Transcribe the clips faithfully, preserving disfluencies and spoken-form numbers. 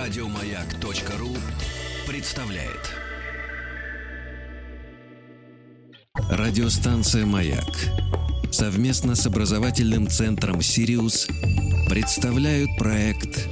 Радиомаяк.ру представляет. Радиостанция «Маяк» совместно с образовательным центром «Сириус» представляют проект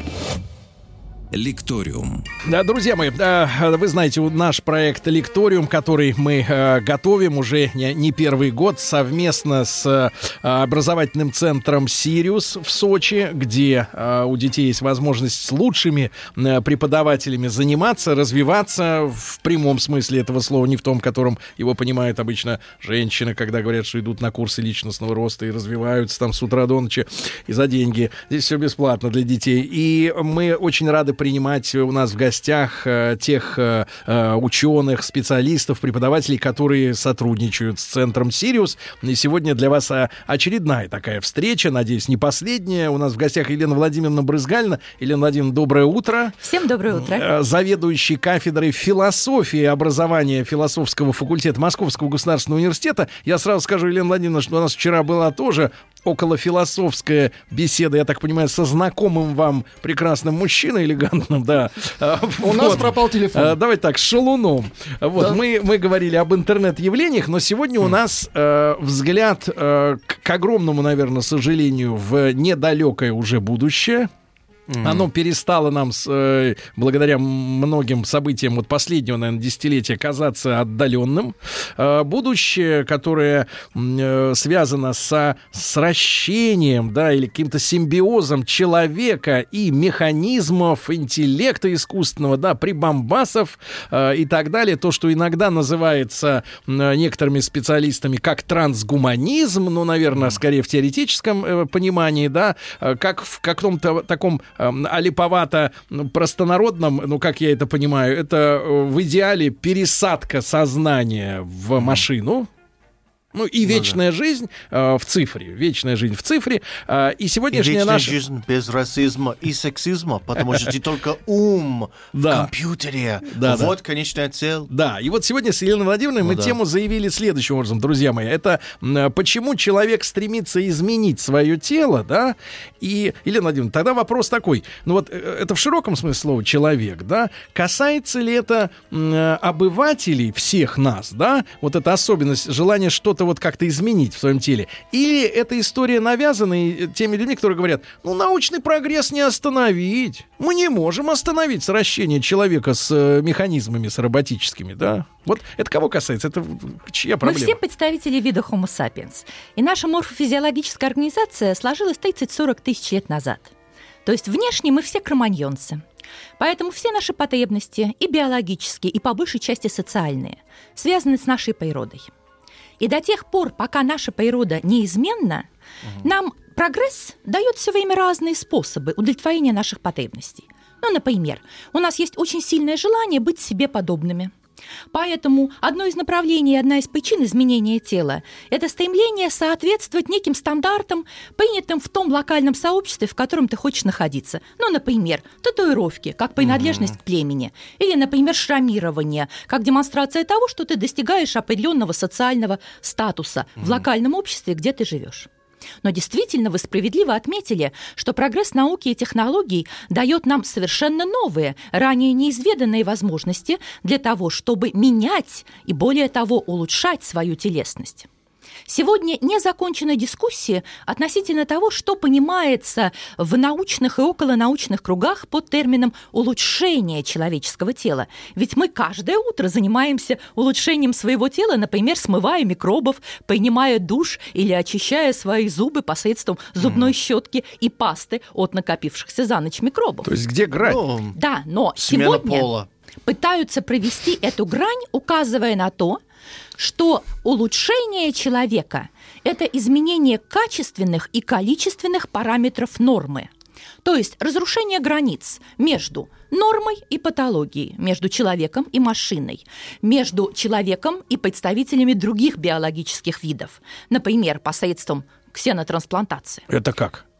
«Лекториум». Да, друзья мои, вы знаете, наш проект «Лекториум», который мы готовим уже не первый год совместно с образовательным центром «Сириус» в Сочи, где у детей есть возможность с лучшими преподавателями заниматься, развиваться в прямом смысле этого слова, не в том, котором его понимают обычно женщины, когда говорят, что идут на курсы личностного роста и развиваются там с утра до ночи и за деньги. Здесь все бесплатно для детей. И мы очень рады принимать у нас в гостях э, тех э, ученых, специалистов, преподавателей, которые сотрудничают с центром «Сириус». И сегодня для вас э, очередная такая встреча, надеюсь, не последняя. У нас в гостях Елена Владимировна Брызгальна. Елена Владимировна, доброе утро. Всем доброе утро. Э, заведующий кафедрой философии и образования философского факультета Московского государственного университета. Я сразу скажу, Елена Владимировна, что у нас вчера была тоже околофилософская беседа, я так понимаю, со знакомым вам прекрасным мужчиной элегантным, да. У вот. Нас пропал телефон. Давайте так, с Шалуном. Вот, да. мы, мы говорили об интернет-явлениях, но сегодня у нас э, взгляд э, к, к огромному, наверное, сожалению, в недалекое уже будущее. Mm-hmm. Оно перестало нам, с, э, благодаря многим событиям вот последнего, наверное, десятилетия, казаться отдаленным. Э, будущее, которое э, связано со сращением, да, или каким-то симбиозом человека и механизмов интеллекта искусственного, да, прибамбасов э, и так далее. То, что иногда называется э, некоторыми специалистами как трансгуманизм, ну, наверное, mm-hmm. скорее в теоретическом э, понимании, да, э, как в каком-то таком а липовато простонародном, ну, как я это понимаю, это в идеале пересадка сознания в машину. Ну, и вечная ну, да. жизнь э, в цифре. Вечная жизнь в цифре. Э, и сегодняшняя и вечная наша... жизнь без расизма и сексизма, потому что ты только ум в компьютере. Вот конечная цель. Да, и вот сегодня с Еленой Владимировной мы тему заявили следующим образом, друзья мои. Это почему человек стремится изменить свое тело, да? И, Елена Владимировна, тогда вопрос такой. Ну вот это в широком смысле слова человек, да? Касается ли это обывателей всех нас, да? Вот эта особенность, желание что-то вот как-то изменить в своем теле. Или эта история навязана теми людьми, которые говорят, ну, научный прогресс не остановить. Мы не можем остановить сращение человека с э, механизмами, с роботическими, да? Вот это кого касается? Это чья проблема? Мы все представители вида Homo sapiens. И наша морфофизиологическая организация сложилась тридцать-сорок тысяч лет назад. То есть внешне мы все кроманьонцы. Поэтому все наши потребности, и биологические, и по большей части социальные, связаны с нашей природой. И до тех пор, пока наша природа неизменна, угу. нам прогресс дает все время разные способы удовлетворения наших потребностей. Ну, например, у нас есть очень сильное желание быть себе подобными. Поэтому одно из направлений, одна из причин изменения тела – это стремление соответствовать неким стандартам, принятым в том локальном сообществе, в котором ты хочешь находиться. Ну, например, татуировки, как принадлежность mm-hmm. к племени, или, например, шрамирование, как демонстрация того, что ты достигаешь определенного социального статуса mm-hmm. в локальном обществе, где ты живешь. Но действительно, вы справедливо отметили, что прогресс науки и технологий дает нам совершенно новые, ранее неизведанные возможности для того, чтобы менять и, более того, улучшать свою телесность. Сегодня не закончены дискуссии относительно того, что понимается в научных и околонаучных кругах под термином «улучшение человеческого тела». Ведь мы каждое утро занимаемся улучшением своего тела, например, смывая микробов, принимая душ или очищая свои зубы посредством зубной mm. щетки и пасты от накопившихся за ночь микробов. То есть где грань? Ну, да, но смена сегодня пола. Пытаются провести эту грань, указывая на то, что улучшение человека – это изменение качественных и количественных параметров нормы. То есть разрушение границ между нормой и патологией, между человеком и машиной, между человеком и представителями других биологических видов, например, посредством ксенотрансплантации. Это как?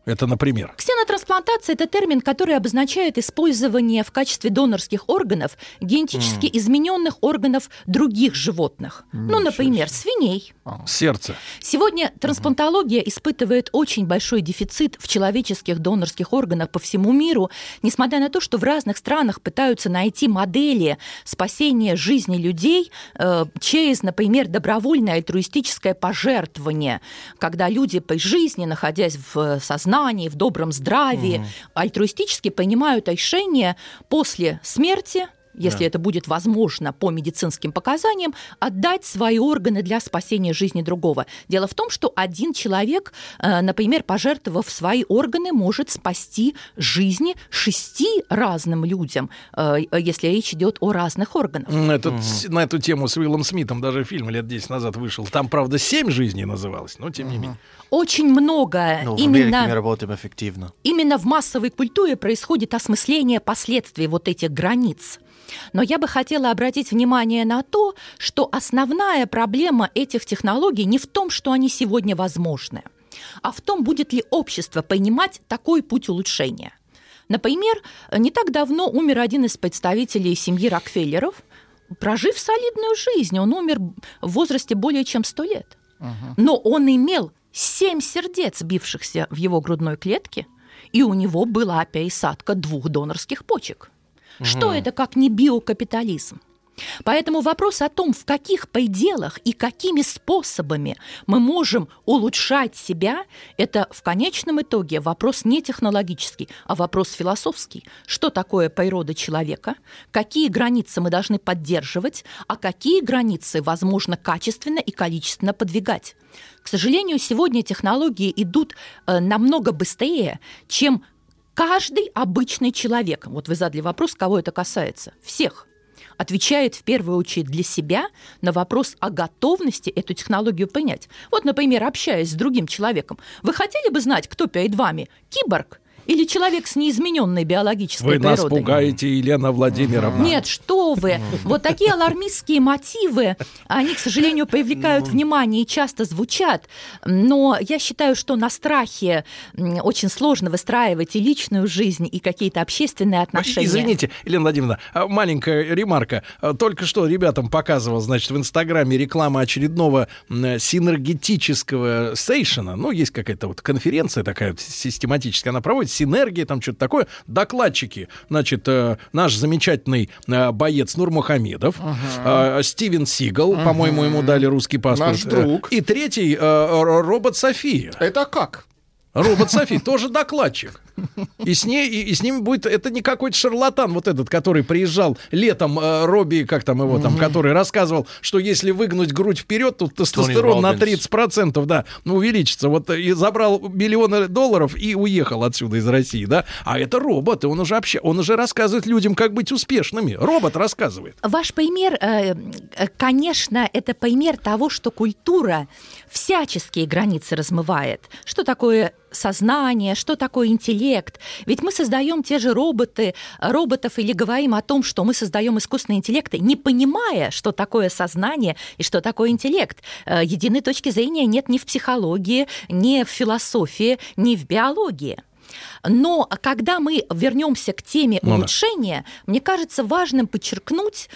Это, например? Ксенотрансплантация – это термин, который обозначает использование в качестве донорских органов генетически mm. измененных органов других животных. Mm, ну, например, свиней. Oh. Сердце. Сегодня трансплантология mm-hmm. испытывает очень большой дефицит в человеческих донорских органах по всему миру, несмотря на то, что в разных странах пытаются найти модели спасения жизни людей э, через, например, добровольное альтруистическое пожертвование, когда люди по жизни, находясь в сознании, в добром здравии, угу. альтруистически принимают решение после смерти, если да. это будет возможно по медицинским показаниям, отдать свои органы для спасения жизни другого. Дело в том, что один человек, например, пожертвовав свои органы, может спасти жизни шести разным людям, если речь идет о разных органах. Этот, угу. На эту тему с Уиллом Смитом даже фильм лет десять назад вышел. Там, правда, семь жизней называлось, но тем угу. не менее. Очень много ну, именно, в мы работаем эффективно. Именно в массовой культуре происходит осмысление последствий вот этих границ. Но я бы хотела обратить внимание на то, что основная проблема этих технологий не в том, что они сегодня возможны, а в том, будет ли общество принимать такой путь улучшения. Например, не так давно умер один из представителей семьи Рокфеллеров, прожив солидную жизнь. Он умер в возрасте более чем сто лет. Угу. Но он имел семь сердец, бившихся в его грудной клетке, и у него была пересадка двух донорских почек. Угу. Что это, как не биокапитализм? Поэтому вопрос о том, в каких пределах и какими способами мы можем улучшать себя, это в конечном итоге вопрос не технологический, а вопрос философский. Что такое природа человека, какие границы мы должны поддерживать, а какие границы возможно качественно и количественно подвигать. К сожалению, сегодня технологии идут э, намного быстрее, чем каждый обычный человек. Вот вы задали вопрос, кого это касается. Всех. Отвечает в первую очередь для себя на вопрос о готовности эту технологию принять. Вот, например, общаясь с другим человеком, вы хотели бы знать, кто перед вами? Киборг или человек с неизмененной биологической вы природой? Вы нас пугаете, Елена Владимировна. Нет, что вы. Вот такие алармистские мотивы, они, к сожалению, привлекают внимание и часто звучат. Но я считаю, что на страхе очень сложно выстраивать и личную жизнь, и какие-то общественные отношения. Извините, Елена Владимировна, маленькая ремарка. Только что ребятам показывал, значит, в Инстаграме реклама очередного синергетического стейшена. Ну, есть какая-то вот конференция такая систематическая, она проводится. Синергия, там что-то такое. Докладчики, значит, э, наш замечательный э, боец Нурмухамедов, uh-huh. э, Стивен Сигал, uh-huh. по-моему, ему дали русский паспорт. Наш друг. И третий э, робот София. Это как? Робот Софи тоже докладчик. И с, ней, и, и с ним будет... Это не какой-то шарлатан вот этот, который приезжал летом, э, Робби, как там его там, mm-hmm. который рассказывал, что если выгнуть грудь вперед, то тестостерон на тридцать процентов, да, увеличится. Вот и забрал миллионы долларов и уехал отсюда из России, да. А это робот, и он уже, обща... он уже рассказывает людям, как быть успешными. Робот рассказывает. Ваш пример, э, конечно, это пример того, что культура всяческие границы размывает. Что такое сознание, что такое интеллект. Ведь мы создаем те же роботы, роботов или говорим о том, что мы создаем искусственные интеллекты, не понимая, что такое сознание и что такое интеллект. Единой точки зрения нет ни в психологии, ни в философии, ни в биологии. Но когда мы вернемся к теме ну, улучшения, да. мне кажется важным подчеркнуть,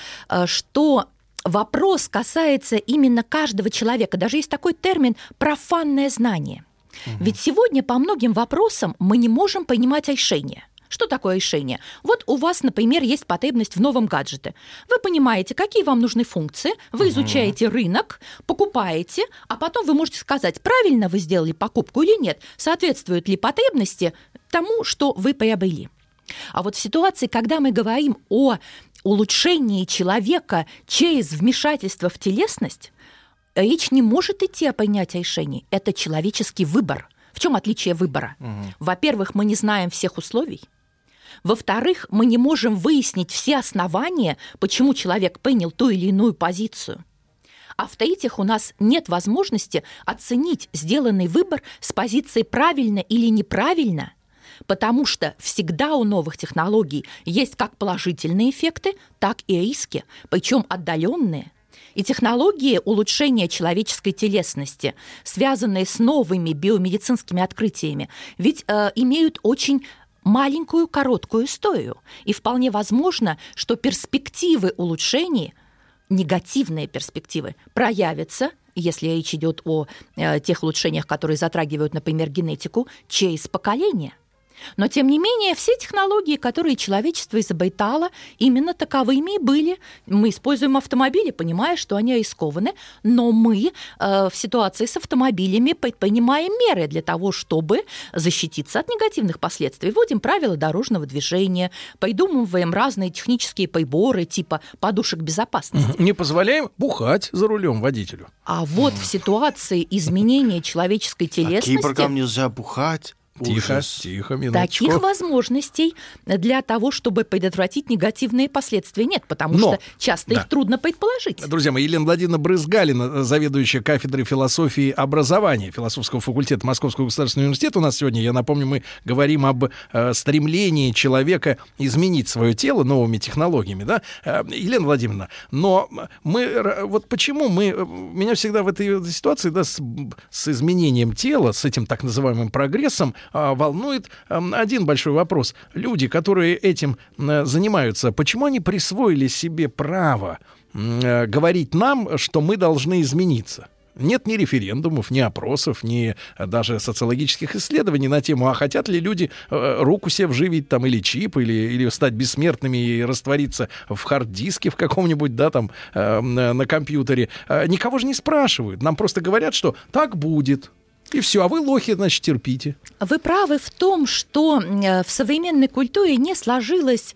что вопрос касается именно каждого человека. Даже есть такой термин «профанное знание». Угу. Ведь сегодня по многим вопросам мы не можем принимать решения. Что такое решение? Вот у вас, например, есть потребность в новом гаджете. Вы понимаете, какие вам нужны функции, вы угу. изучаете рынок, покупаете, а потом вы можете сказать, правильно вы сделали покупку или нет, соответствуют ли потребности тому, что вы приобрели. А вот в ситуации, когда мы говорим о улучшении человека через вмешательство в телесность, речь не может идти о принятии решений. Это человеческий выбор. В чем отличие выбора? Угу. Во-первых, мы не знаем всех условий. Во-вторых, мы не можем выяснить все основания, почему человек принял ту или иную позицию. А в-третьих, у нас нет возможности оценить сделанный выбор с позиции правильно или неправильно, потому что всегда у новых технологий есть как положительные эффекты, так и риски, причем отдаленные. и технологии улучшения человеческой телесности, связанные с новыми биомедицинскими открытиями, ведь э, имеют очень маленькую короткую историю. И вполне возможно, что перспективы улучшений, негативные перспективы, проявятся, если речь идет о э, тех улучшениях, которые затрагивают, например, генетику, через поколение. Но, тем не менее, все технологии, которые человечество изобретало, именно таковыми и были. Мы используем автомобили, понимая, что они рискованы, но мы э, в ситуации с автомобилями предпринимаем меры для того, чтобы защититься от негативных последствий. Вводим правила дорожного движения, придумываем разные технические приборы типа подушек безопасности. Не позволяем бухать за рулем водителю. А вот в ситуации изменения человеческой телесности... А киборгам нельзя бухать? Тихо, Ужас. тихо, минуточку. Таких возможностей для того, чтобы предотвратить негативные последствия, нет, потому Но, что часто да. их трудно предположить. Друзья мои, Елена Владимировна Брызгалина, заведующая кафедрой философии и образования философского факультета Московского государственного университета. У нас сегодня, я напомню, мы говорим об э, стремлении человека изменить свое тело новыми технологиями, да? Э, Елена Владимировна, но мы, вот почему мы, меня всегда в этой ситуации, да, с, с изменением тела, с этим так называемым прогрессом, волнует один большой вопрос. Люди, которые этим занимаются, почему они присвоили себе право говорить нам, что мы должны измениться? Нет ни референдумов, ни опросов, ни даже социологических исследований на тему, а хотят ли люди руку себе вживить там, или чип, или, или стать бессмертными и раствориться в хард-диске в каком-нибудь, да, там, на компьютере. Никого же не спрашивают. Нам просто говорят, что так будет. И все, а вы лохи, значит, терпите. Вы правы в том, что в современной культуре не сложилось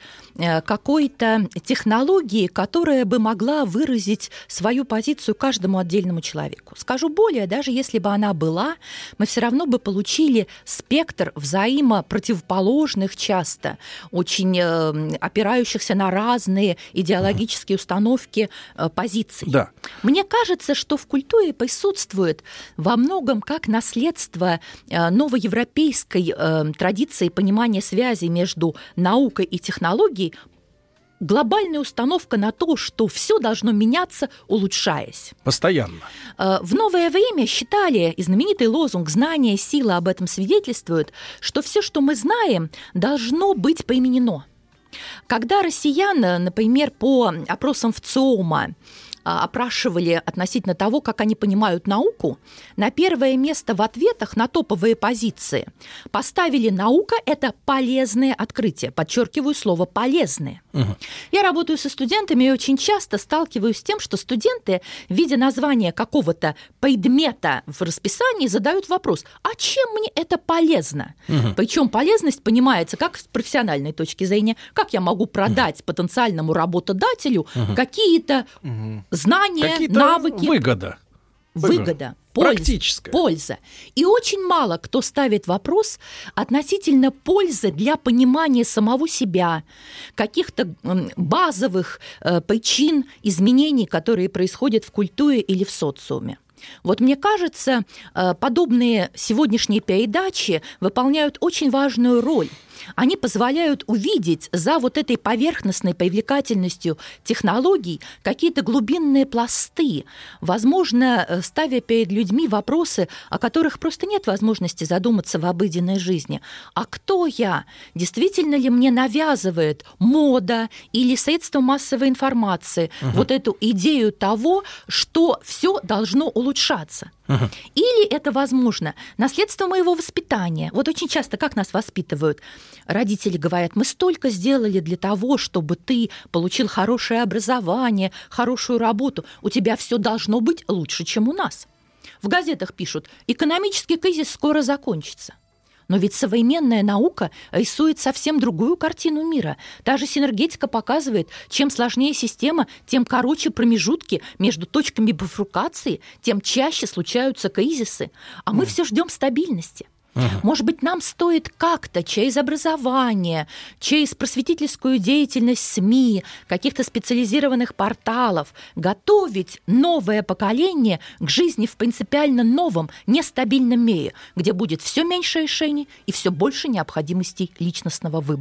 какой-то технологии, которая бы могла выразить свою позицию каждому отдельному человеку. Скажу более, даже если бы она была, мы все равно бы получили спектр взаимопротивоположных часто, очень опирающихся на разные идеологические установки позиций. Да. Мне кажется, что в культуре присутствует во многом как наследство новоевропейской традиции понимания связи между наукой и технологией, глобальная установка на то, что все должно меняться, улучшаясь. Постоянно. В новое время считали, и знаменитый лозунг «Знание, сила» об этом свидетельствует, что все, что мы знаем, должно быть применено. Когда россиян, например, по опросам ВЦИОМа опрашивали относительно того, как они понимают науку, на первое место в ответах на топовые позиции поставили «наука – это полезное открытие». Подчеркиваю слово «полезное». Угу. Я работаю со студентами и очень часто сталкиваюсь с тем, что студенты, видя название какого-то предмета в расписании, задают вопрос: а чем мне это полезно? Угу. Причем полезность понимается как с профессиональной точки зрения, как я могу продать угу. потенциальному работодателю угу. какие-то угу. знания, какие-то навыки. Выгода. Выгода. Польза, практическая. Польза. И очень мало кто ставит вопрос относительно пользы для понимания самого себя, каких-то базовых э, причин изменений, которые происходят в культуре или в социуме. Вот мне кажется, э, подобные сегодняшние передачи выполняют очень важную роль. Они позволяют увидеть за вот этой поверхностной привлекательностью технологий какие-то глубинные пласты, возможно, ставя перед людьми вопросы, о которых просто нет возможности задуматься в обыденной жизни. А кто я? Действительно ли мне навязывает мода или средства массовой информации угу. вот эту идею того, что все должно улучшаться? Угу. Или это, возможно, наследство моего воспитания. Вот очень часто как нас воспитывают? Родители говорят: мы столько сделали для того, чтобы ты получил хорошее образование, хорошую работу. У тебя все должно быть лучше, чем у нас. В газетах пишут: экономический кризис скоро закончится. Но ведь современная наука рисует совсем другую картину мира. Даже синергетика показывает, чем сложнее система, тем короче промежутки между точками бифуркации, тем чаще случаются кризисы. А мы mm. все ждем стабильности. Uh-huh. Может быть, нам стоит как-то через образование, через просветительскую деятельность СМИ, каких-то специализированных порталов готовить новое поколение к жизни в принципиально новом, нестабильном мире, где будет все меньше решений и все больше необходимостей личностного выбора.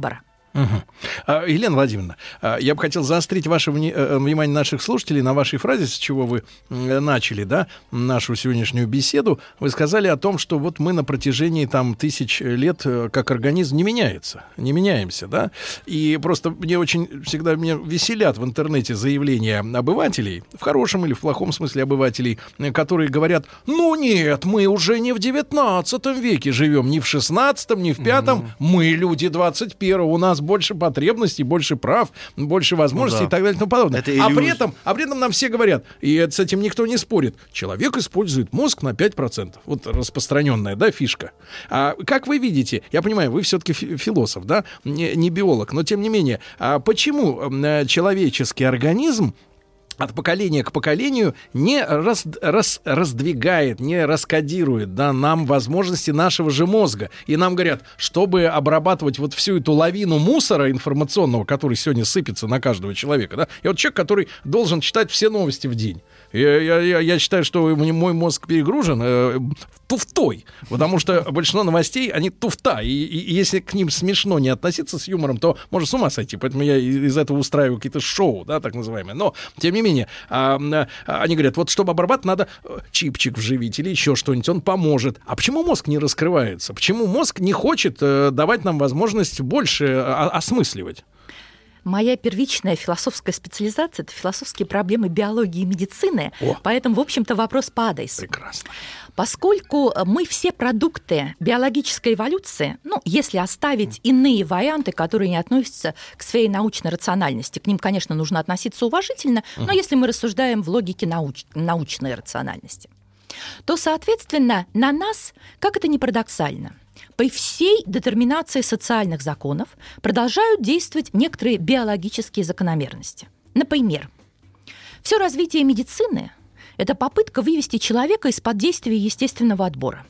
Угу. А, Елена Владимировна, а, я бы хотел заострить ваше вни- внимание наших слушателей на вашей фразе, с чего вы начали, да, нашу сегодняшнюю беседу. Вы сказали о том, что вот мы на протяжении там тысяч лет как организм не меняется, не меняемся, да, и просто мне очень всегда меня веселят в интернете заявления обывателей, в хорошем или в плохом смысле обывателей, которые говорят: ну нет, мы уже не в девятнадцатом веке живем, не в шестнадцатом, не в пятом, mm-hmm. мы люди двадцать первого, у нас больше потребностей, больше прав, больше возможностей, ну, да. и так далее и тому подобное. А при этом, а при этом нам все говорят, и с этим никто не спорит, человек использует мозг на пять процентов. Вот распространенная, да, фишка. А как вы видите, я понимаю, вы все-таки философ, да, не, не биолог, но тем не менее, а почему человеческий организм от поколения к поколению не раз, раз, раздвигает, не раскодирует, да, нам возможности нашего же мозга. И нам говорят, чтобы обрабатывать вот всю эту лавину мусора информационного, который сегодня сыпется на каждого человека, да, и вот человек, который должен читать все новости в день. Я, я, я считаю, что мой мозг перегружен э, туфтой, потому что большинство новостей, они туфта, и, и, и если к ним смешно не относиться с юмором, то можно с ума сойти, поэтому я из этого устраиваю какие-то шоу, да, так называемые. Но, тем не менее, а, а, они говорят, вот чтобы обрабатывать, надо чипчик вживить или еще что-нибудь, он поможет. А почему мозг не раскрывается? Почему мозг не хочет э, давать нам возможность больше о- осмысливать? Моя первичная философская специализация — это философские проблемы биологии и медицины, О. поэтому, в общем-то, вопрос по адресу. Прекрасно. Поскольку мы все продукты биологической эволюции, ну, если оставить иные варианты, которые не относятся к сфере научной рациональности, к ним, конечно, нужно относиться уважительно, uh-huh. но если мы рассуждаем в логике науч- научной рациональности, то, соответственно, на нас, как это ни парадоксально, при всей детерминации социальных законов продолжают действовать некоторые биологические закономерности. Например, все развитие медицины – это попытка вывести человека из-под действия естественного отбора.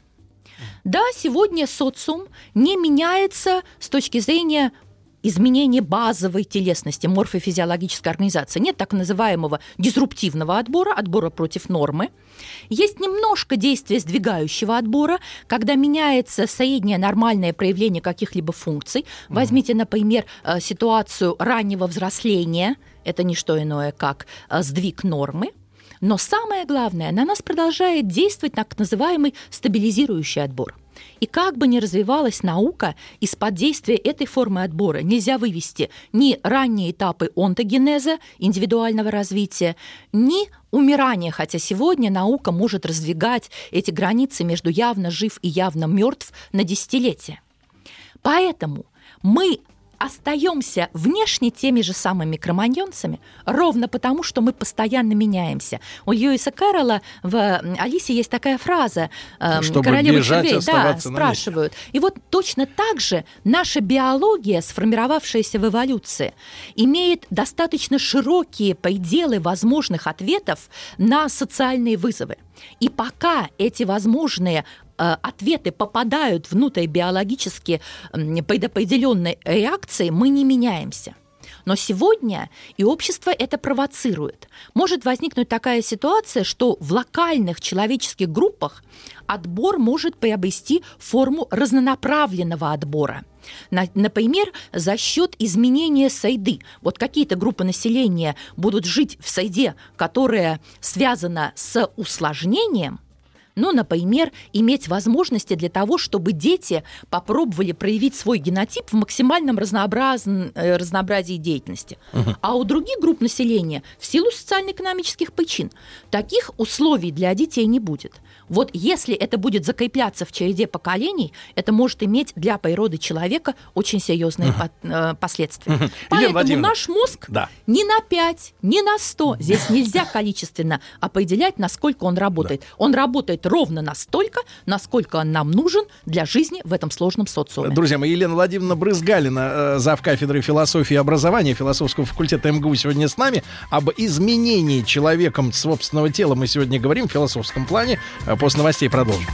Да, сегодня социум не меняется с точки зрения изменения базовой телесности, морфофизиологической организации. Нет так называемого дизруптивного отбора, отбора против нормы. Есть немножко действия сдвигающего отбора, когда меняется среднее нормальное проявление каких-либо функций. Mm-hmm. Возьмите, например, ситуацию раннего взросления. Это не что иное, как сдвиг нормы. Но самое главное, на нас продолжает действовать так называемый стабилизирующий отбор. И как бы ни развивалась наука, из-под действия этой формы отбора нельзя вывести ни ранние этапы онтогенеза, индивидуального развития, ни умирания, хотя сегодня наука может раздвигать эти границы между явно жив и явно мертв на десятилетия. Поэтому мы остаемся внешне теми же самыми кроманьонцами ровно потому, что мы постоянно меняемся. У Льюиса Кэрролла в «Алисе» есть такая фраза «Чтобы «Королевы бежать, червей», да, спрашивают. И вот точно так же наша биология, сформировавшаяся в эволюции, имеет достаточно широкие пределы возможных ответов на социальные вызовы. И пока эти возможные ответы попадают внутрь биологически предопределенной реакции, мы не меняемся. Но сегодня и общество это провоцирует. Может возникнуть такая ситуация, что в локальных человеческих группах отбор может приобрести форму разнонаправленного отбора. Например, за счет изменения среды. Вот какие-то группы населения будут жить в среде, которая связана с усложнением, ну, например, иметь возможности для того, чтобы дети попробовали проявить свой генотип в максимальном разнообразн... разнообразии деятельности. Uh-huh. А у других групп населения в силу социально-экономических причин таких условий для детей не будет. Вот если это будет закрепляться в череде поколений, это может иметь для природы человека очень серьезные uh-huh. по- последствия. Uh-huh. Поэтому наш мозг да. не на пять, не на сто. Здесь нельзя количественно определять, насколько он работает. Да. Он работает ровно настолько, насколько он нам нужен для жизни в этом сложном социуме. Друзья мои, Елена Владимировна Брызгалина, завкафедры философии и образования философского факультета эм гэ у, сегодня с нами. Об изменении человеком собственного тела мы сегодня говорим в философском плане. После новостей продолжим.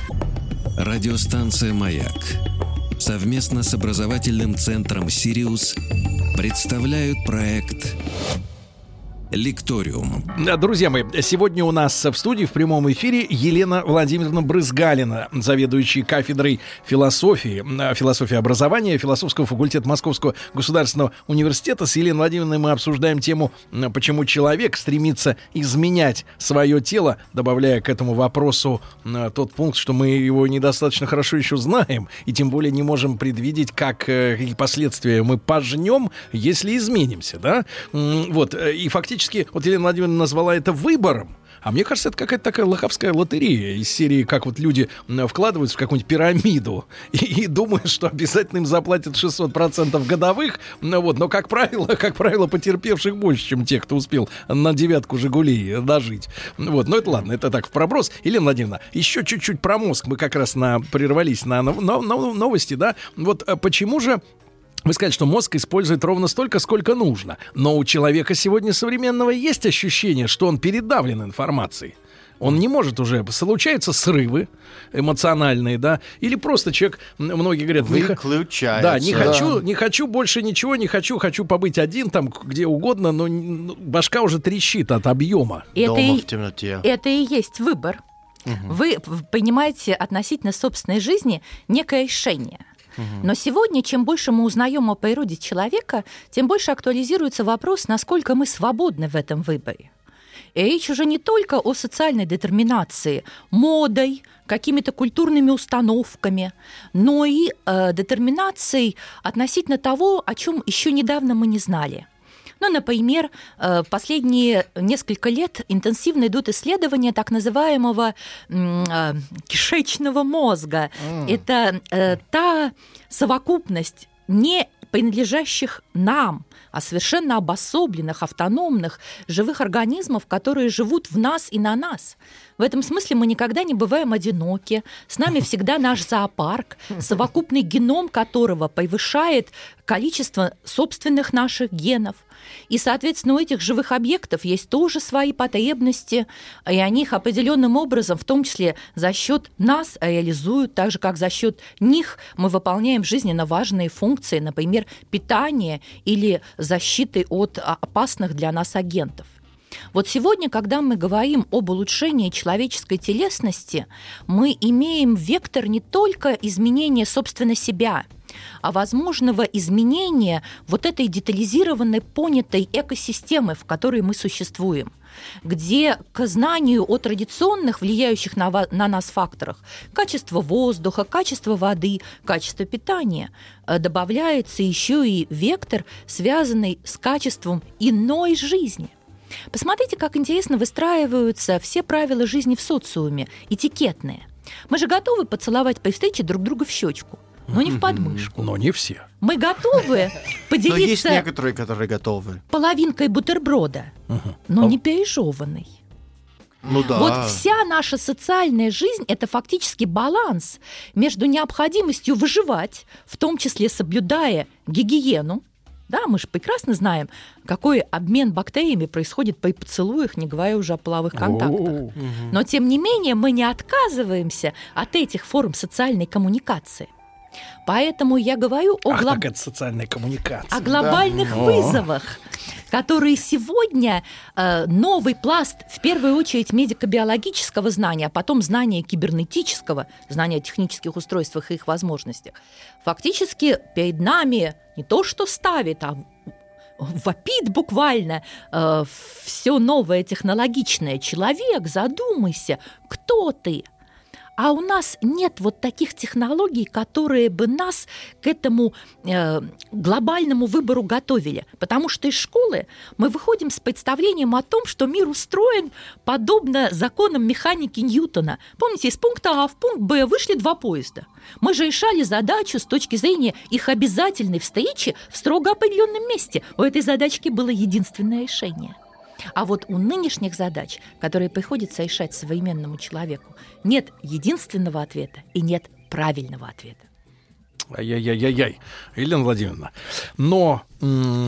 Радиостанция «Маяк» совместно с образовательным центром «Сириус» представляют проект Лекториум. Друзья мои, сегодня у нас в студии в прямом эфире Елена Владимировна Брызгалина, заведующая кафедрой философии, философии образования, философского факультета Московского государственного университета. С Еленой Владимировной мы обсуждаем тему, почему человек стремится изменять свое тело, добавляя к этому вопросу тот пункт, что мы его недостаточно хорошо еще знаем, и тем более не можем предвидеть, как, какие последствия мы пожнем, если изменимся, да? Вот, и фактически вот Елена Владимировна назвала это выбором. А мне кажется, это какая-то такая лоховская лотерея из серии, как вот люди вкладываются в какую-нибудь пирамиду и, и думают, что обязательно им заплатят шестьсот процентов годовых. Ну, вот, но, как правило, как правило, потерпевших больше, чем тех, кто успел на девятку «Жигулей» дожить. Вот, но это ладно, это так, в проброс. Елена Владимировна, еще чуть-чуть про мозг. Мы как раз на, прервались на, на, на новости, да? Вот почему же вы сказали, что мозг использует ровно столько, сколько нужно. Но у человека сегодня современного есть ощущение, что он передавлен информацией. Он не может уже... Случаются срывы эмоциональные, да? Или просто человек... Многие говорят... Выключается. Да, не хочу, не хочу больше ничего, не хочу, хочу побыть один там, где угодно, но башка уже трещит от объема. Это Дома и, в темноте. Это и есть выбор. Угу. Вы понимаете относительно собственной жизни некое решение. Но сегодня, чем больше мы узнаем о природе человека, тем больше актуализируется вопрос, насколько мы свободны в этом выборе. И речь уже не только о социальной детерминации, модой, какими-то культурными установками, но и э, детерминацией относительно того, о чем еще недавно мы не знали. Ну, например, последние несколько лет интенсивно идут исследования так называемого кишечного мозга. Mm. Это та совокупность не принадлежащих нам, а совершенно обособленных, автономных, живых организмов, которые живут в нас и на нас. В этом смысле мы никогда не бываем одиноки. С нами всегда наш зоопарк, совокупный геном которого превышает количество собственных наших генов. И, соответственно, у этих живых объектов есть тоже свои потребности, и они их определенным образом, в том числе за счет нас, реализуют, так же, как за счет них мы выполняем жизненно важные функции, например, питания или защиты от опасных для нас агентов. Вот сегодня, когда мы говорим об улучшении человеческой телесности, мы имеем вектор не только изменения, собственно, себя, а возможного изменения вот этой детализированной, понятой экосистемы, в которой мы существуем, где к знанию о традиционных, влияющих на, на нас факторах, качество воздуха, качество воды, качество питания, добавляется еще и вектор, связанный с качеством иной жизни. Посмотрите, как интересно выстраиваются все правила жизни в социуме, этикетные. Мы же готовы поцеловать при встрече друг друга в щечку, но не в подмышку. Но не все. Мы готовы поделиться... Но есть некоторые, которые готовы. Половинкой бутерброда, угу. но не пережеванной. Ну да. Вот вся наша социальная жизнь – это фактически баланс между необходимостью выживать, в том числе соблюдая гигиену. Да, мы же прекрасно знаем, какой обмен бактериями происходит при поцелуях, не говоря уже о половых контактах. Но, тем не менее, мы не отказываемся от этих форм социальной коммуникации. Поэтому я говорю о, Ах, глоб... так это социальная коммуникация. о глобальных да. вызовах, которые сегодня э, новый пласт, в первую очередь, медико-биологического знания, а потом знания кибернетического, знания о технических устройствах и их возможностях, фактически перед нами не то что ставит, а вопит буквально э, все новое технологичное. Человек, задумайся, кто ты? А у нас нет вот таких технологий, которые бы нас к этому э, глобальному выбору готовили. Потому что из школы мы выходим с представлением о том, что мир устроен подобно законам механики Ньютона. Помните, из пункта А в пункт Б вышли два поезда. Мы же решали задачу с точки зрения их обязательной встречи в строго определенном месте. У этой задачки было единственное решение. А вот у нынешних задач, которые приходится решать современному человеку, нет единственного ответа и нет правильного ответа. Ай-яй-яй-яй-яй, Елена Владимировна. Но м-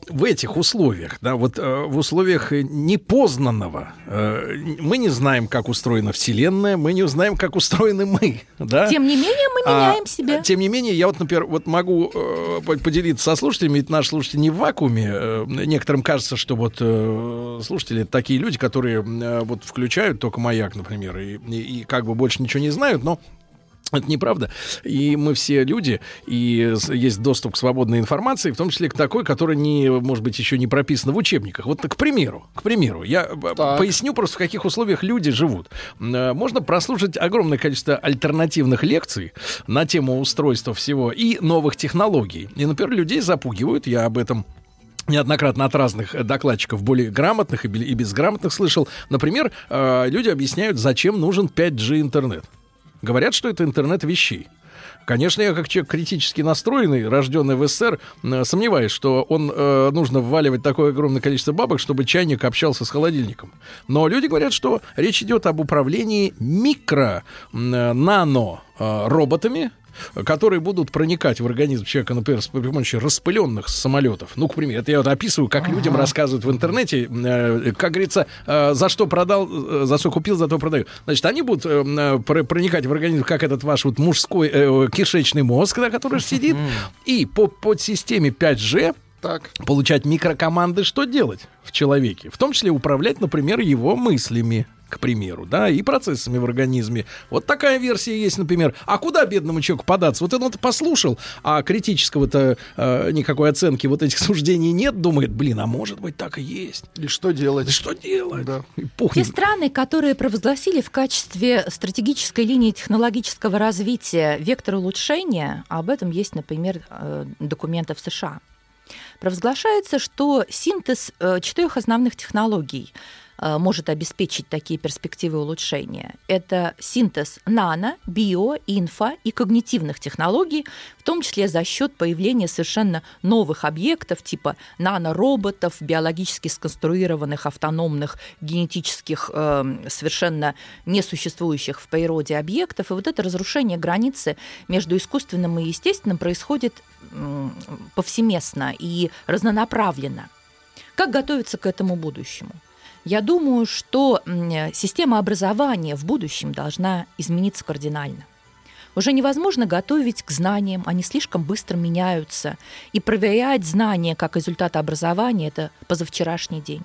в этих условиях, да, вот э, в условиях непознанного, э, мы не знаем, как устроена Вселенная, мы не знаем, как устроены мы, да. Тем не менее, мы меняем а, себя. Тем не менее, я вот, например, вот могу э, поделиться со слушателями, ведь наши слушатели не в вакууме. Э, некоторым кажется, что вот э, слушатели это такие люди, которые э, вот включают только «Маяк», например, и, и, и как бы больше ничего не знают, но это неправда. И мы все люди, и есть доступ к свободной информации, в том числе к такой, которая, не, может быть, еще не прописана в учебниках. Вот, к примеру, к примеру, я так. поясню просто, в каких условиях люди живут. Можно прослушать огромное количество альтернативных лекций на тему устройства всего и новых технологий. И, например, людей запугивают, я об этом неоднократно от разных докладчиков, более грамотных и безграмотных слышал. Например, люди объясняют, зачем нужен пять джи интернет. Говорят, что это интернет вещей. Конечно, я как человек критически настроенный, рожденный в СССР, сомневаюсь, что он э, нужно вваливать такое огромное количество бабок, чтобы чайник общался с холодильником. Но люди говорят, что речь идет об управлении микро, э, нано э, роботами, которые будут проникать в организм человека, например, с помощью распыленных самолетов. Ну, к примеру, это я вот описываю, как ага. людям рассказывают в интернете, э, как говорится, э, за что продал, э, за что купил, за то продаю. Значит, они будут э, проникать в организм, как этот ваш вот мужской э, кишечный мозг, да, который сидит, и по подсистеме пять джи так. получать микрокоманды, что делать в человеке. В том числе управлять, например, его мыслями, к примеру, да, и процессами в организме. Вот такая версия есть, например. А куда бедному человеку податься? Вот он это послушал, а критического-то э, никакой оценки вот этих суждений нет. Думает, блин, а может быть так и есть. И что делать? И что делать? Да. И те страны, которые провозгласили в качестве стратегической линии технологического развития вектор улучшения, об этом есть, например, документы в США. Провозглашается, что синтез четырех основных технологий может обеспечить такие перспективы улучшения. Это синтез нано, био, инфо и когнитивных технологий, в том числе за счет появления совершенно новых объектов типа нанороботов, биологически сконструированных автономных генетических э, совершенно несуществующих в природе объектов. И вот это разрушение границы между искусственным и естественным происходит э, повсеместно и разнонаправленно. Как готовиться к этому будущему? Я думаю, что система образования в будущем должна измениться кардинально. Уже невозможно готовить к знаниям, они слишком быстро меняются. И проверять знания как результат образования – это позавчерашний день.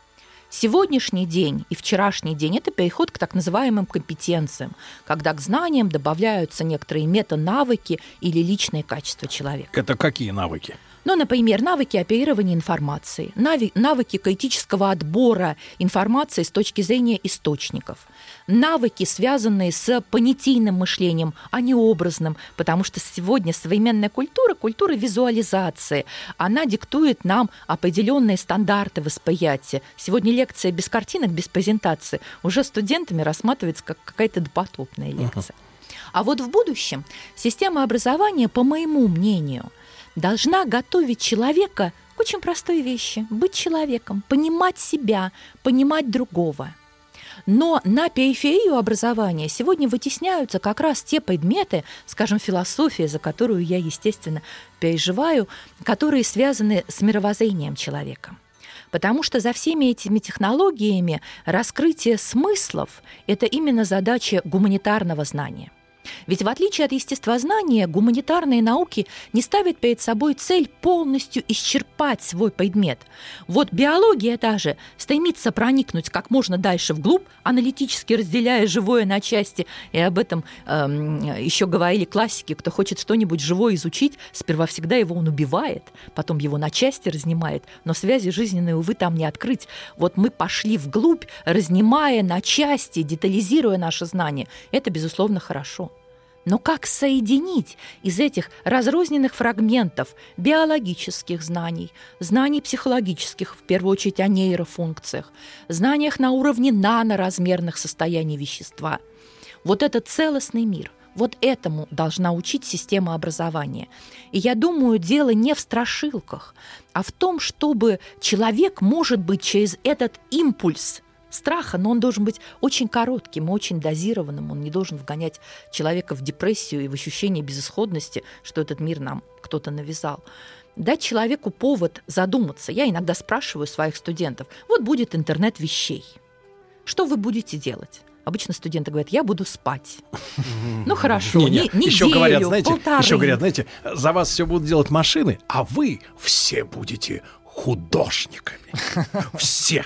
Сегодняшний день и вчерашний день – это переход к так называемым компетенциям, когда к знаниям добавляются некоторые мета-навыки или личные качества человека. Это какие навыки? Ну, например, навыки оперирования информацией, навыки критического отбора информации с точки зрения источников, навыки, связанные с понятийным мышлением, а не образным, потому что сегодня современная культура, культура визуализации, она диктует нам определенные стандарты восприятия. Сегодня лекция без картинок, без презентации уже студентами рассматривается как какая-то допотопная лекция. Uh-huh. А вот в будущем система образования, по моему мнению, должна готовить человека к очень простой вещи – быть человеком, понимать себя, понимать другого. Но на периферию образования сегодня вытесняются как раз те предметы, скажем, философия, за которую я, естественно, переживаю, которые связаны с мировоззрением человека. Потому что за всеми этими технологиями раскрытие смыслов – это именно задача гуманитарного знания. Ведь в отличие от естествознания, гуманитарные науки не ставят перед собой цель полностью исчерпать свой предмет. Вот биология та же стремится проникнуть как можно дальше вглубь, аналитически разделяя живое на части. И об этом э, еще говорили классики. Кто хочет что-нибудь живое изучить, сперва всегда его он убивает, потом его на части разнимает, но связи жизненные, увы, там не открыть. Вот мы пошли вглубь, разнимая на части, детализируя наши знания. Это, безусловно, хорошо. Но как соединить из этих разрозненных фрагментов биологических знаний, знаний психологических, в первую очередь о нейрофункциях, знаниях на уровне наноразмерных состояний вещества, вот этот целостный мир, вот этому должна учить система образования. И я думаю, дело не в страшилках, а в том, чтобы человек, может быть, через этот импульс страха, но он должен быть очень коротким и очень дозированным. Он не должен вгонять человека в депрессию и в ощущение безысходности, что этот мир нам кто-то навязал. Дать человеку повод задуматься. Я иногда спрашиваю своих студентов, вот будет интернет вещей. Что вы будете делать? Обычно студенты говорят, я буду спать. Ну хорошо, не, не, неделю, еще говорят, знаете, полторы. Еще говорят, знаете, за вас все будут делать машины, а вы все будете художниками. Все.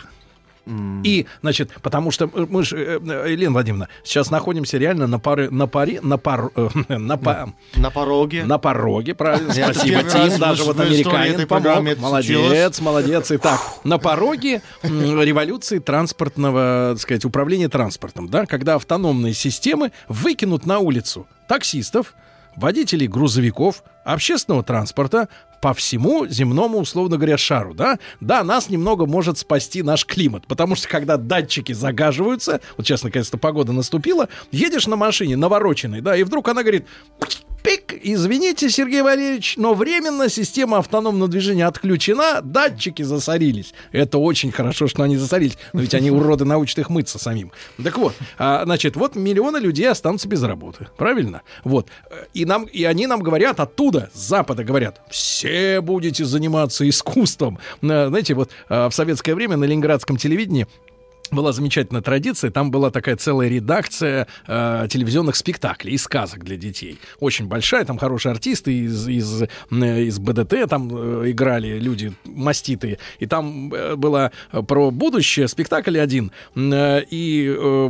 И, значит, потому что мы же, Елена Владимировна, сейчас находимся реально на паре, на паре, на пар, на, по, на пороге. На пороге, правильно. Спасибо, Тим, даже вот американин помог. Молодец, молодец. Итак, на пороге революции транспортного, так сказать, управления транспортом, да, когда автономные системы выкинут на улицу таксистов, водителей грузовиков, общественного транспорта по всему земному, условно говоря, шару, да? Да, нас немного может спасти наш климат, потому что когда датчики загаживаются, вот сейчас наконец-то погода наступила, едешь на машине навороченной, да, и вдруг она говорит... Пик, извините, Сергей Валерьевич, но временно система автономного движения отключена, датчики засорились. Это очень хорошо, что они засорились, но ведь они, уроды, научат их мыться самим. Так вот, а, значит, вот миллионы людей останутся без работы, правильно? Вот, и, нам, и они нам говорят оттуда, с Запада говорят, все будете заниматься искусством. Знаете, вот в советское время на ленинградском телевидении была замечательная традиция, там была такая целая редакция э, телевизионных спектаклей и сказок для детей. Очень большая, там хорошие артисты из, из, из БДТ там э, играли, люди маститые. И там э, была про будущее спектакль один. Э, и э,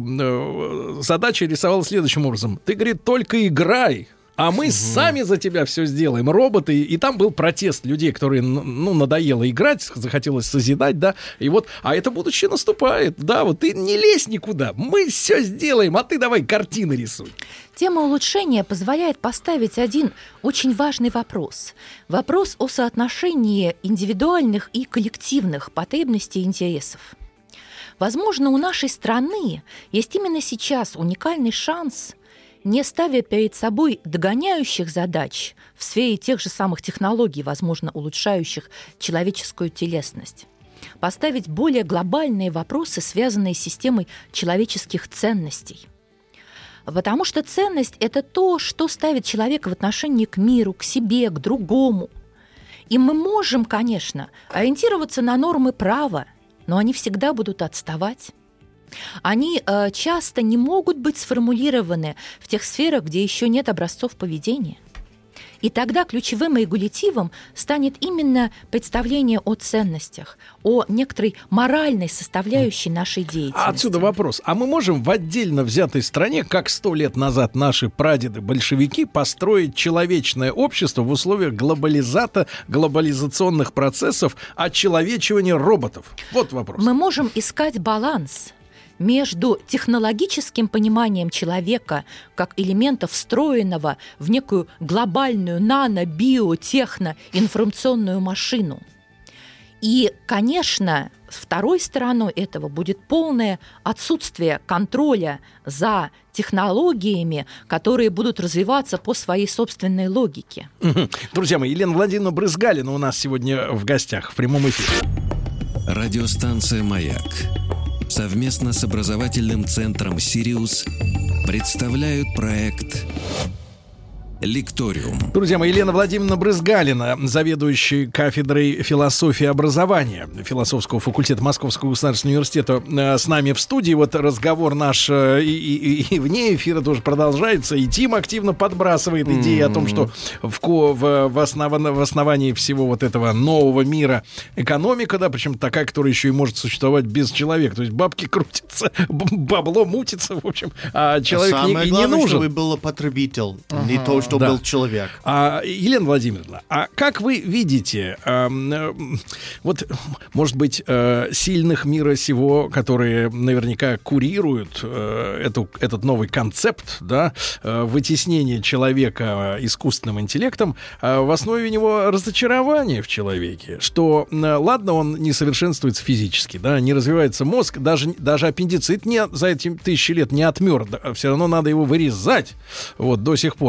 э, задача рисовалась следующим образом. Ты, говорит, только играй, а мы угу. сами за тебя все сделаем, роботы. И там был протест людей, которые, ну, надоело играть, захотелось созидать, да. И вот, а это будущее наступает, да, вот ты не лезь никуда, мы все сделаем, а ты давай картины рисуй. Тема улучшения позволяет поставить один очень важный вопрос. Вопрос о соотношении индивидуальных и коллективных потребностей и интересов. Возможно, у нашей страны есть именно сейчас уникальный шанс, не ставя перед собой догоняющих задач в сфере тех же самых технологий, возможно, улучшающих человеческую телесность, поставить более глобальные вопросы, связанные с системой человеческих ценностей. Потому что ценность – это то, что ставит человека в отношении к миру, к себе, к другому. И мы можем, конечно, ориентироваться на нормы права, но они всегда будут отставать. Они э, часто не могут быть сформулированы в тех сферах, где еще нет образцов поведения. И тогда ключевым регулятивом станет именно представление о ценностях, о некоторой моральной составляющей нашей деятельности. Отсюда вопрос. А мы можем в отдельно взятой стране, как сто лет назад наши прадеды-большевики, построить человечное общество в условиях глобализата, глобализационных процессов, очеловечивания роботов? Вот вопрос. Мы можем искать баланс между технологическим пониманием человека как элемента, встроенного в некую глобальную нано-био-техно-информационную машину. И, конечно, второй стороной этого будет полное отсутствие контроля за технологиями, которые будут развиваться по своей собственной логике. Друзья мои, Елена Владимировна Брызгалина у нас сегодня в гостях в прямом эфире. Радиостанция «Маяк» совместно с образовательным центром «Сириус» представляют проект «Лекториум». Друзья мои, Елена Владимировна Брызгалина, заведующая кафедрой философии и образования философского факультета Московского государственного университета, с нами в студии. Вот разговор наш и, и, и вне эфира тоже продолжается. И Тим активно подбрасывает идеи mm-hmm. о том, что в, в, в, основ, в основании всего вот этого нового мира экономика, да, причем такая, которая еще и может существовать без человека. То есть бабки крутятся, бабло мутится, в общем, а человек а не, не нужен. Чтобы был потребитель, ага. не то, что да. был человек. А, Елена Владимировна, а как вы видите, э, э, вот, может быть, э, сильных мира сего, которые наверняка курируют э, эту, этот новый концепт, да, э, вытеснения человека искусственным интеллектом, э, в основе него разочарование в человеке, что, э, ладно, он не совершенствуется физически, да, не развивается мозг, даже, даже аппендицит не, за эти тысячи лет не отмер, да, все равно надо его вырезать, вот, до сих пор. И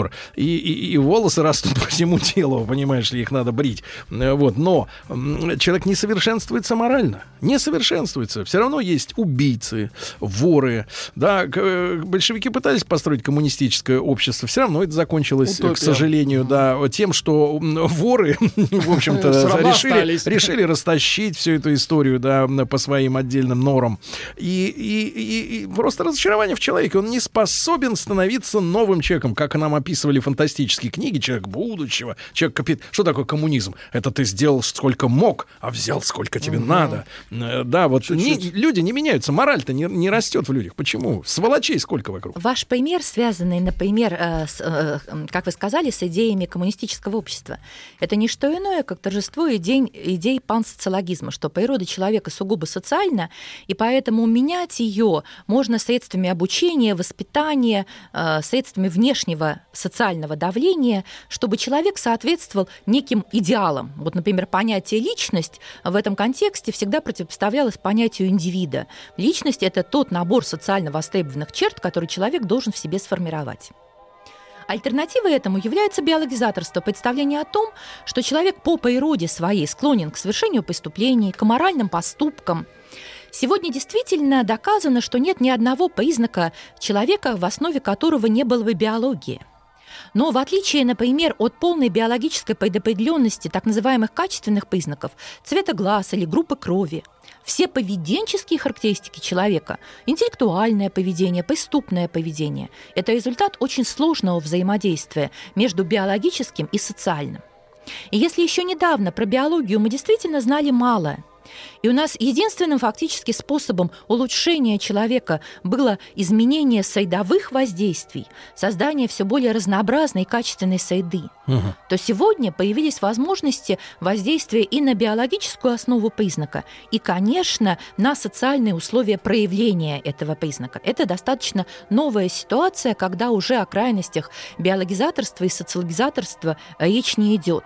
и, и, и волосы растут по всему телу, понимаешь ли, их надо брить. Вот. Но человек не совершенствуется морально. Не совершенствуется. Все равно есть убийцы, воры. Да, большевики пытались построить коммунистическое общество. Все равно это закончилось, утопия, к сожалению, да, тем, что воры, в общем-то, решили, решили растащить всю эту историю, да, по своим отдельным норам. И, и, и, и просто разочарование в человеке. Он не способен становиться новым человеком, как нам описывали фантастические книги. Человек будущего, человек капит... Что такое коммунизм? Это ты сделал сколько мог, а взял сколько тебе угу. надо. Да, вот не, люди не меняются, мораль-то не, не растет в людях. Почему? Сволочей сколько вокруг? Ваш пример, связанный, например, э, с, э, как вы сказали, с идеями коммунистического общества, это не что иное, как торжество идей, идей пансоциологизма, что природа человека сугубо социальна, и поэтому менять ее можно средствами обучения, воспитания, э, средствами внешнего социального давления, чтобы человек соответствовал неким идеалам. Вот, например, понятие «личность» в этом контексте всегда противопоставлялось понятию индивида. Личность — это тот набор социально востребованных черт, который человек должен в себе сформировать. Альтернативой этому является биологизаторство, представление о том, что человек по природе своей склонен к совершению преступлений, к аморальным поступкам. Сегодня действительно доказано, что нет ни одного признака человека, в основе которого не было бы биологии. Но в отличие, например, от полной биологической предопределенности так называемых качественных признаков цвета глаз или группы крови, все поведенческие характеристики человека, интеллектуальное поведение, преступное поведение – это результат очень сложного взаимодействия между биологическим и социальным. И если еще недавно про биологию мы действительно знали мало, и у нас единственным фактически способом улучшения человека было изменение средовых воздействий, создание все более разнообразной и качественной среды, угу. то сегодня появились возможности воздействия и на биологическую основу признака, и, конечно, на социальные условия проявления этого признака. Это достаточно новая ситуация, когда уже о крайностях биологизаторства и социологизаторства речь не идет.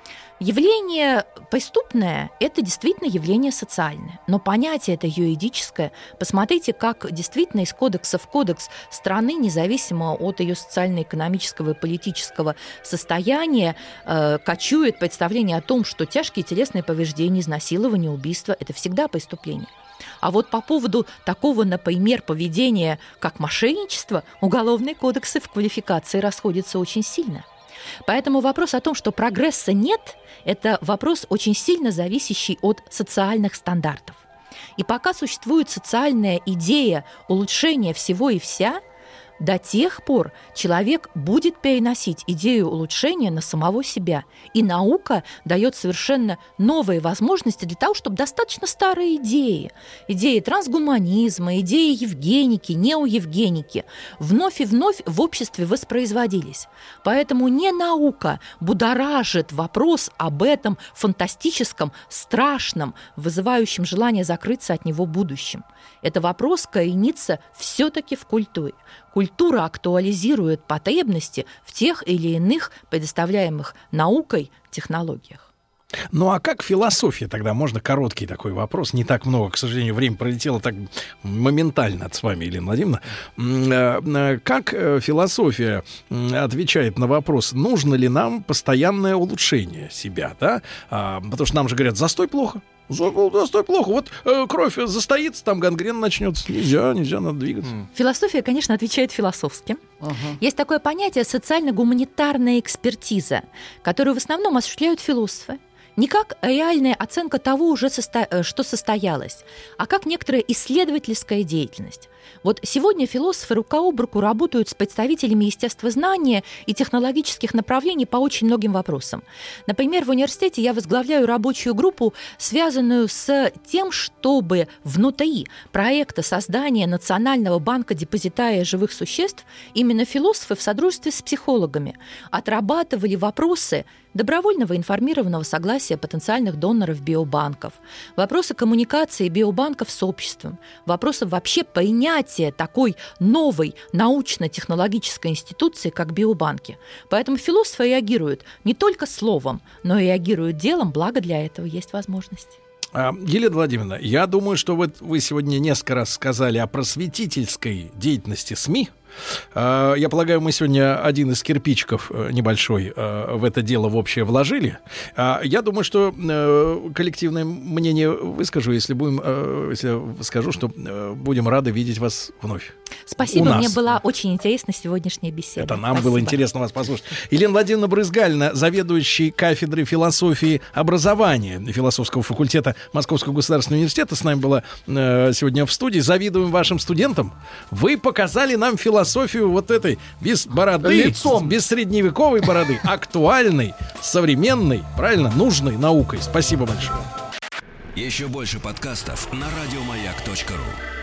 Явление преступное – это действительно явление социальное, но понятие это юридическое. Посмотрите, как действительно из кодекса в кодекс страны, независимо от ее социально-экономического и политического состояния, э, кочует представление о том, что тяжкие телесные повреждения, изнасилование, убийство – это всегда преступление. А вот по поводу такого, например, поведения, как мошенничество, уголовные кодексы в квалификации расходятся очень сильно. Поэтому вопрос о том, что прогресса нет, это вопрос очень сильно зависящий от социальных стандартов. И пока существует социальная идея улучшения всего и вся, до тех пор человек будет переносить идею улучшения на самого себя. И наука дает совершенно новые возможности для того, чтобы достаточно старые идеи, идеи трансгуманизма, идеи евгеники, неоевгеники, вновь и вновь в обществе воспроизводились. Поэтому не наука будоражит вопрос об этом фантастическом, страшном, вызывающем желание закрыться от него будущем. Это вопрос коренится все-таки в культуре. Культура актуализирует потребности в тех или иных предоставляемых наукой технологиях. Ну а как философия тогда? Можно короткий такой вопрос. Не так много, к сожалению, время пролетело так моментально с вами, Елена Владимировна. Как философия отвечает на вопрос, нужно ли нам постоянное улучшение себя? Да? Потому что нам же говорят, застой плохо. Застой плохо. Вот э, кровь застоится, там гангрена начнется. Нельзя, нельзя, надо двигаться. Философия, конечно, отвечает философски. Uh-huh. Есть такое понятие социально-гуманитарная экспертиза, которую в основном осуществляют философы. Не как реальная оценка того, уже состо... что состоялось, а как некоторая исследовательская деятельность. Вот сегодня философы рука об руку работают с представителями естествознания и технологических направлений по очень многим вопросам. Например, в университете я возглавляю рабочую группу, связанную с тем, чтобы внутри проекта создания Национального банка депозитария живых существ именно философы в содружестве с психологами отрабатывали вопросы добровольного информированного согласия потенциальных доноров биобанков, вопросы коммуникации биобанков с обществом, вопросы вообще принятия такой новой научно-технологической институции, как биобанки. Поэтому философы реагируют не только словом, но и реагируют делом, благо для этого есть возможность. Елена Владимировна, я думаю, что вот вы сегодня несколько раз сказали о просветительской деятельности СМИ. Я полагаю, мы сегодня один из кирпичиков небольшой в это дело в общее вложили. Я думаю, что коллективное мнение выскажу, если будем, если скажу, что будем рады видеть вас вновь. Спасибо, мне была очень интересна сегодняшняя беседа. Это нам Спасибо. Было интересно вас послушать. Елена Владимировна Брызгальна, заведующий кафедрой философии образования философского факультета Московского государственного университета, с нами была сегодня в студии. Завидуем вашим студентам. Вы показали нам философию вот этой, без бороды, лицом, без средневековой бороды, актуальной, современной, правильно, нужной наукой. Спасибо большое. Еще больше подкастов на радиомаяк точка ру.